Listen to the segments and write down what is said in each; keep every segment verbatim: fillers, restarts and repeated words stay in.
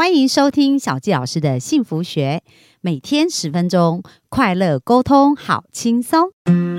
欢迎收听小纪老师的幸福学，每天十分钟，快乐沟通，好轻松。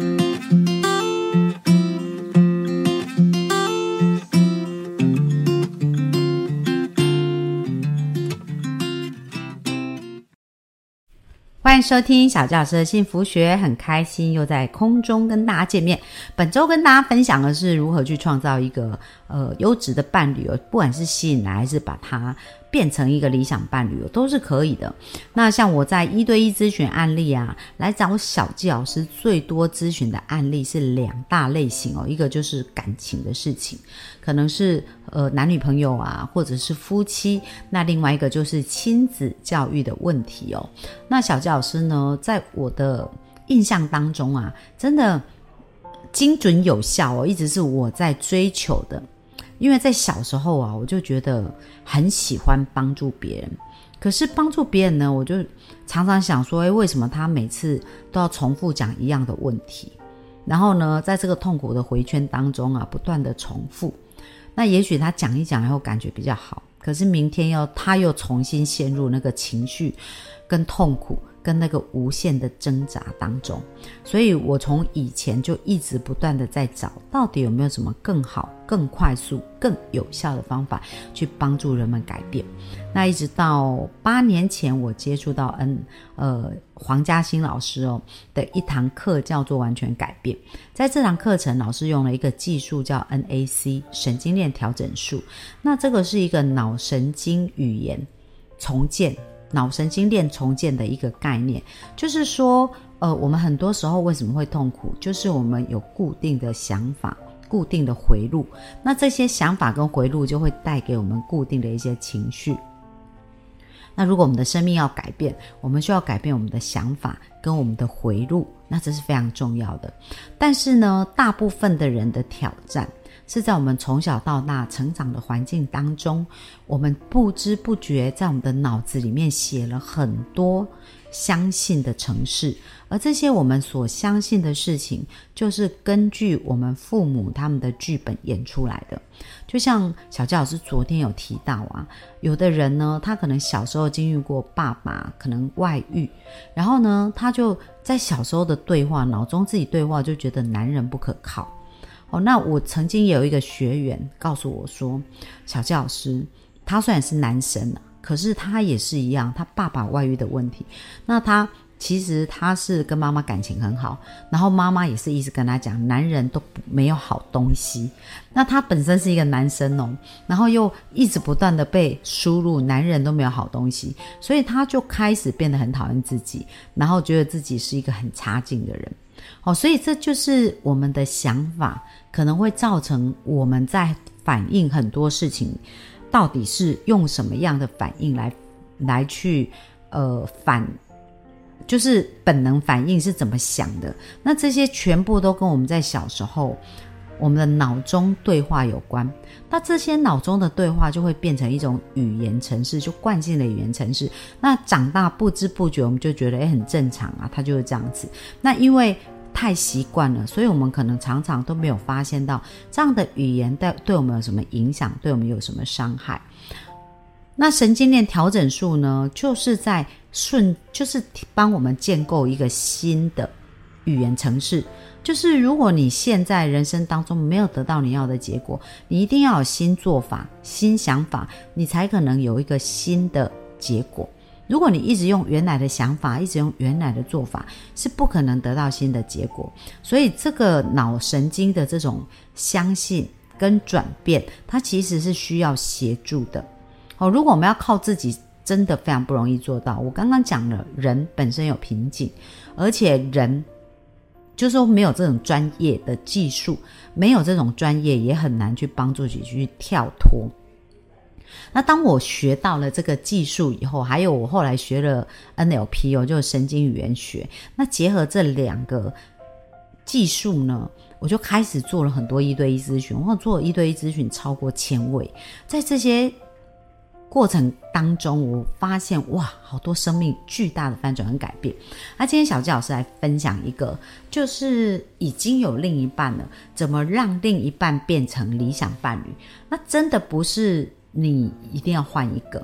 欢迎收听小纪老师的幸福学，很开心又在空中跟大家见面。本周跟大家分享的是如何去创造一个呃优质的伴侣，不管是吸引来还是把它变成一个理想伴侣都是可以的。那像我在一对一咨询案例啊，来找小纪老师最多咨询的案例是两大类型哦，一个就是感情的事情，可能是呃男女朋友啊，或者是夫妻，那另外一个就是亲子教育的问题哦。那小纪老师呢，在我的印象当中啊，真的精准有效哦，一直是我在追求的。因为在小时候啊，我就觉得很喜欢帮助别人，可是帮助别人呢，我就常常想说，诶，为什么他每次都要重复讲一样的问题？然后呢，在这个痛苦的回圈当中啊，不断的重复。那也许他讲一讲以后感觉比较好，可是明天又他又重新陷入那个情绪跟痛苦跟那个无限的挣扎当中。所以我从以前就一直不断的在找，到底有没有什么更好、更快速、更有效的方法去帮助人们改变。那一直到八年前，我接触到恩呃黄嘉欣老师哦的一堂课，叫做完全改变。在这堂课程，老师用了一个技术叫 N A C 神经链调整术。那这个是一个脑神经语言重建。脑神经链重建的一个概念，就是说呃，我们很多时候为什么会痛苦，就是我们有固定的想法，固定的回路，那这些想法跟回路就会带给我们固定的一些情绪。那如果我们的生命要改变，我们需要改变我们的想法跟我们的回路，那这是非常重要的。但是呢，大部分的人的挑战是在我们从小到大成长的环境当中，我们不知不觉在我们的脑子里面写了很多相信的程式，而这些我们所相信的事情，就是根据我们父母他们的剧本演出来的。就像小纪老师昨天有提到啊，有的人呢，他可能小时候经历过爸爸可能外遇，然后呢，他就在小时候的对话，脑中自己对话，就觉得男人不可靠。哦，那我曾经也有一个学员告诉我说，小纪老师他虽然是男生啊，可是他也是一样，他爸爸外遇的问题。那他其实他是跟妈妈感情很好，然后妈妈也是一直跟他讲男人都没有好东西。那他本身是一个男生哦，然后又一直不断的被输入男人都没有好东西，所以他就开始变得很讨厌自己，然后觉得自己是一个很差劲的人。哦，所以这就是我们的想法可能会造成我们在反映很多事情到底是用什么样的反应来来去呃反就是本能反应是怎么想的。那这些全部都跟我们在小时候我们的脑中对话有关，那这些脑中的对话就会变成一种语言程式，就惯性的语言程式。那长大不知不觉我们就觉得诶很正常啊，它就是这样子。那因为太习惯了，所以我们可能常常都没有发现到这样的语言对对我们有什么影响，对我们有什么伤害。那神经链调整术呢，就是在顺就是帮我们建构一个新的语言程式。就是如果你现在人生当中没有得到你要的结果，你一定要有新做法、新想法，你才可能有一个新的结果。如果你一直用原来的想法，一直用原来的做法，是不可能得到新的结果。所以这个脑神经的这种相信跟转变，它其实是需要协助的。哦，如果我们要靠自己，真的非常不容易做到。我刚刚讲了，人本身有瓶颈，而且人就是说没有这种专业的技术，没有这种专业也很难去帮助自己去跳脱。那当我学到了这个技术以后，还有我后来学了 N L P 哦，就是神经语言学，那结合这两个技术呢，我就开始做了很多一对一咨询，我做了一对一咨询超过千位。在这些过程当中，我发现哇，好多生命巨大的翻转跟改变。那今天小纪老师来分享一个，就是已经有另一半了，怎么让另一半变成理想伴侣。那真的不是你一定要换一个，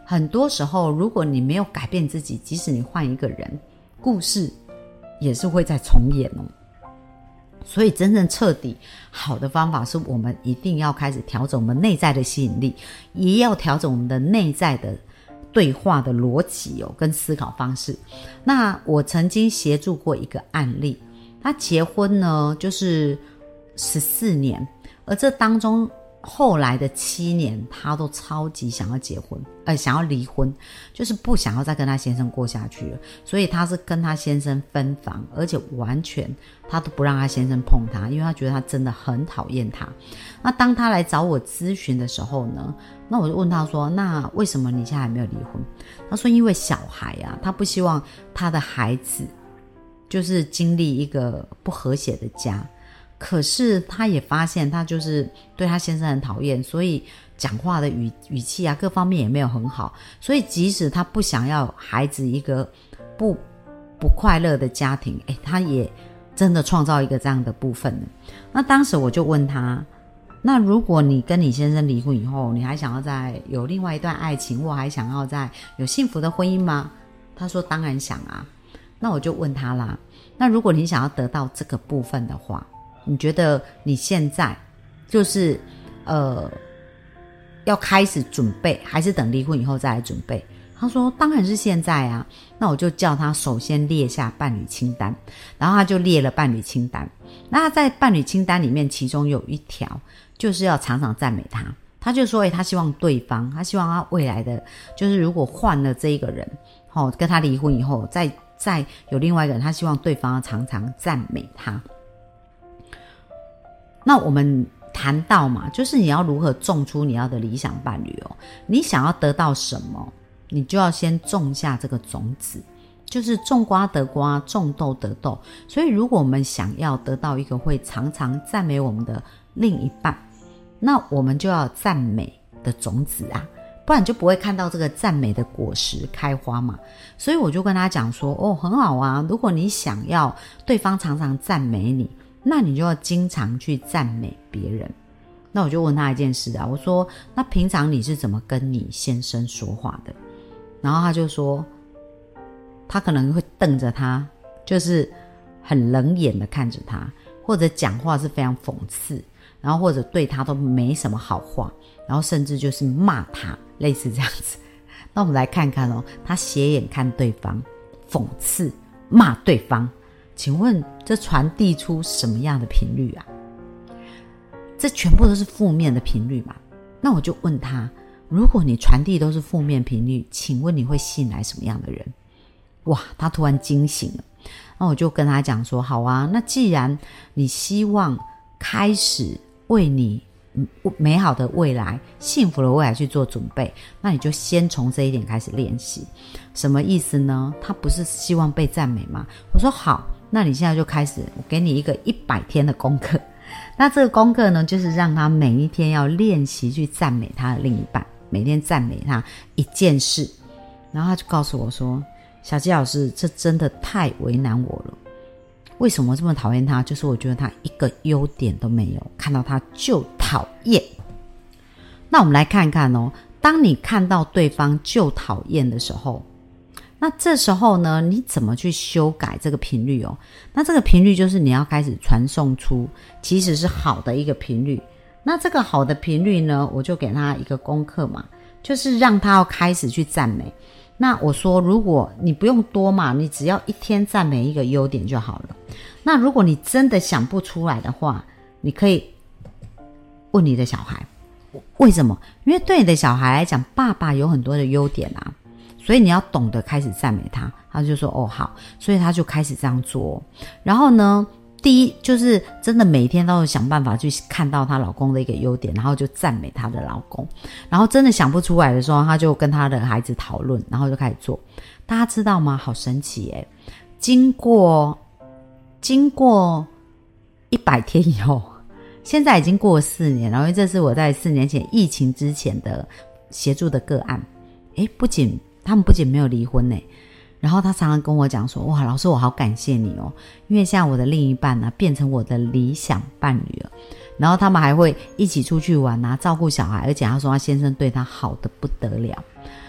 很多时候如果你没有改变自己，即使你换一个人，故事也是会再重演哦。所以真正彻底好的方法是我们一定要开始调整我们内在的吸引力，也要调整我们的内在的对话的逻辑哦，跟思考方式。那我曾经协助过一个案例，他结婚呢就是十四年，而这当中后来的七年他都超级想要结婚，呃，想要离婚，就是不想要再跟他先生过下去了，所以他是跟他先生分房，而且完全他都不让他先生碰他，因为他觉得他真的很讨厌他。那当他来找我咨询的时候呢，那我就问他说，那为什么你现在还没有离婚？他说因为小孩啊，他不希望他的孩子就是经历一个不和谐的家，可是他也发现他就是对他先生很讨厌，所以讲话的语语气啊各方面也没有很好，所以即使他不想要孩子一个不不快乐的家庭，诶，他也真的创造一个这样的部分了。那当时我就问他，那如果你跟你先生离婚以后，你还想要再有另外一段爱情，或还想要再有幸福的婚姻吗？他说当然想啊。那我就问他啦，那如果你想要得到这个部分的话，你觉得你现在就是呃要开始准备，还是等离婚以后再来准备？他说当然是现在啊。那我就叫他首先列下伴侣清单，然后他就列了伴侣清单。那他在伴侣清单里面，其中有一条就是要常常赞美他。他就说、欸、他希望对方，他希望他未来的就是如果换了这一个人、哦、跟他离婚以后，再再有另外一个人，他希望对方要常常赞美他。那我们谈到嘛，就是你要如何种出你要的理想伴侣哦。你想要得到什么，你就要先种下这个种子，就是种瓜得瓜，种豆得豆。所以如果我们想要得到一个会常常赞美我们的另一半，那我们就要有赞美的种子啊，不然你就不会看到这个赞美的果实开花嘛。所以我就跟他讲说，哦，很好啊，如果你想要对方常常赞美你，那你就要经常去赞美别人。那我就问他一件事啊，我说那平常你是怎么跟你先生说话的？然后他就说他可能会瞪着他，就是很冷眼的看着他，或者讲话是非常讽刺，然后或者对他都没什么好话，然后甚至就是骂他，类似这样子。那我们来看看哦，他斜眼看对方，讽刺骂对方，请问这传递出什么样的频率啊？这全部都是负面的频率嘛。那我就问他，如果你传递都是负面频率，请问你会吸引来什么样的人？哇，他突然惊醒了。那我就跟他讲说，好啊，那既然你希望开始为你美好的未来，幸福的未来去做准备，那你就先从这一点开始练习。什么意思呢？他不是希望被赞美吗？我说好，那你现在就开始，我给你一个一百天的功课。那这个功课呢，就是让他每一天要练习去赞美他的另一半，每天赞美他一件事。然后他就告诉我说，小纪老师，这真的太为难我了。为什么我这么讨厌他？就是我觉得他一个优点都没有，看到他就讨厌。那我们来看看哦，当你看到对方就讨厌的时候，那这时候呢，你怎么去修改这个频率哦？那这个频率就是你要开始传送出其实是好的一个频率。那这个好的频率呢，我就给他一个功课嘛，就是让他要开始去赞美。那我说，如果你不用多嘛，你只要一天赞美一个优点就好了。那如果你真的想不出来的话，你可以问你的小孩，为什么？因为对你的小孩来讲，爸爸有很多的优点啊，所以你要懂得开始赞美他。他就说哦好，所以他就开始这样做。然后呢，第一就是真的每天都有想办法去看到她老公的一个优点，然后就赞美她的老公。然后真的想不出来的时候，他就跟他的孩子讨论，然后就开始做。大家知道吗？好神奇耶！经过经过一百天以后，现在已经过了四年了，因为这是我在四年前疫情之前的协助的个案。诶，不仅他们不仅没有离婚耶，然后他常常跟我讲说，哇，老师我好感谢你哦，因为现在我的另一半呢、啊、变成我的理想伴侣了。然后他们还会一起出去玩啊，照顾小孩，而且他说他先生对他好得不得了。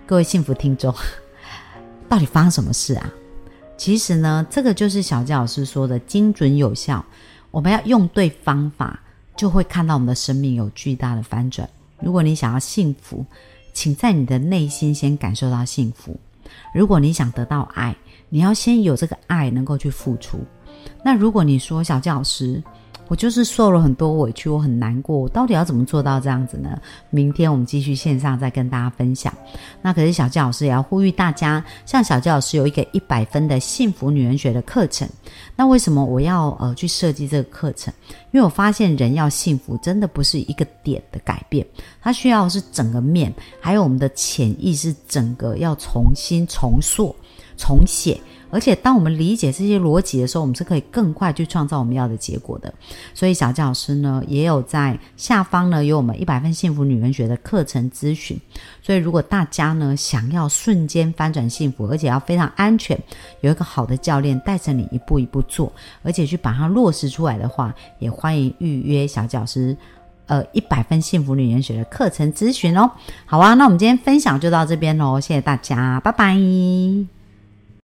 各位幸福听众，到底发生什么事啊？其实呢，这个就是小纪老师说的精准有效，我们要用对方法，就会看到我们的生命有巨大的翻转。如果你想要幸福，请在你的内心先感受到幸福。如果你想得到爱，你要先有这个爱能够去付出。那如果你说小纪老师，我就是受了很多委屈，我很难过，我到底要怎么做到这样子呢？明天我们继续线上再跟大家分享。那可是小纪老师也要呼吁大家，像小纪老师有一个一百分的幸福女人学的课程。那为什么我要呃去设计这个课程？因为我发现人要幸福真的不是一个点的改变，它需要的是整个面，还有我们的潜意识整个要重新重塑重写。而且当我们理解这些逻辑的时候，我们是可以更快去创造我们要的结果的。所以小纪老师呢也有在下方呢有我们一百分幸福女人学的课程咨询。所以如果大家呢想要瞬间翻转幸福，而且要非常安全，有一个好的教练带着你一步一步做，而且去把它落实出来的话，也欢迎预约小纪老师呃一百分幸福女人学的课程咨询哦。好啊，那我们今天分享就到这边咯，谢谢大家，拜拜。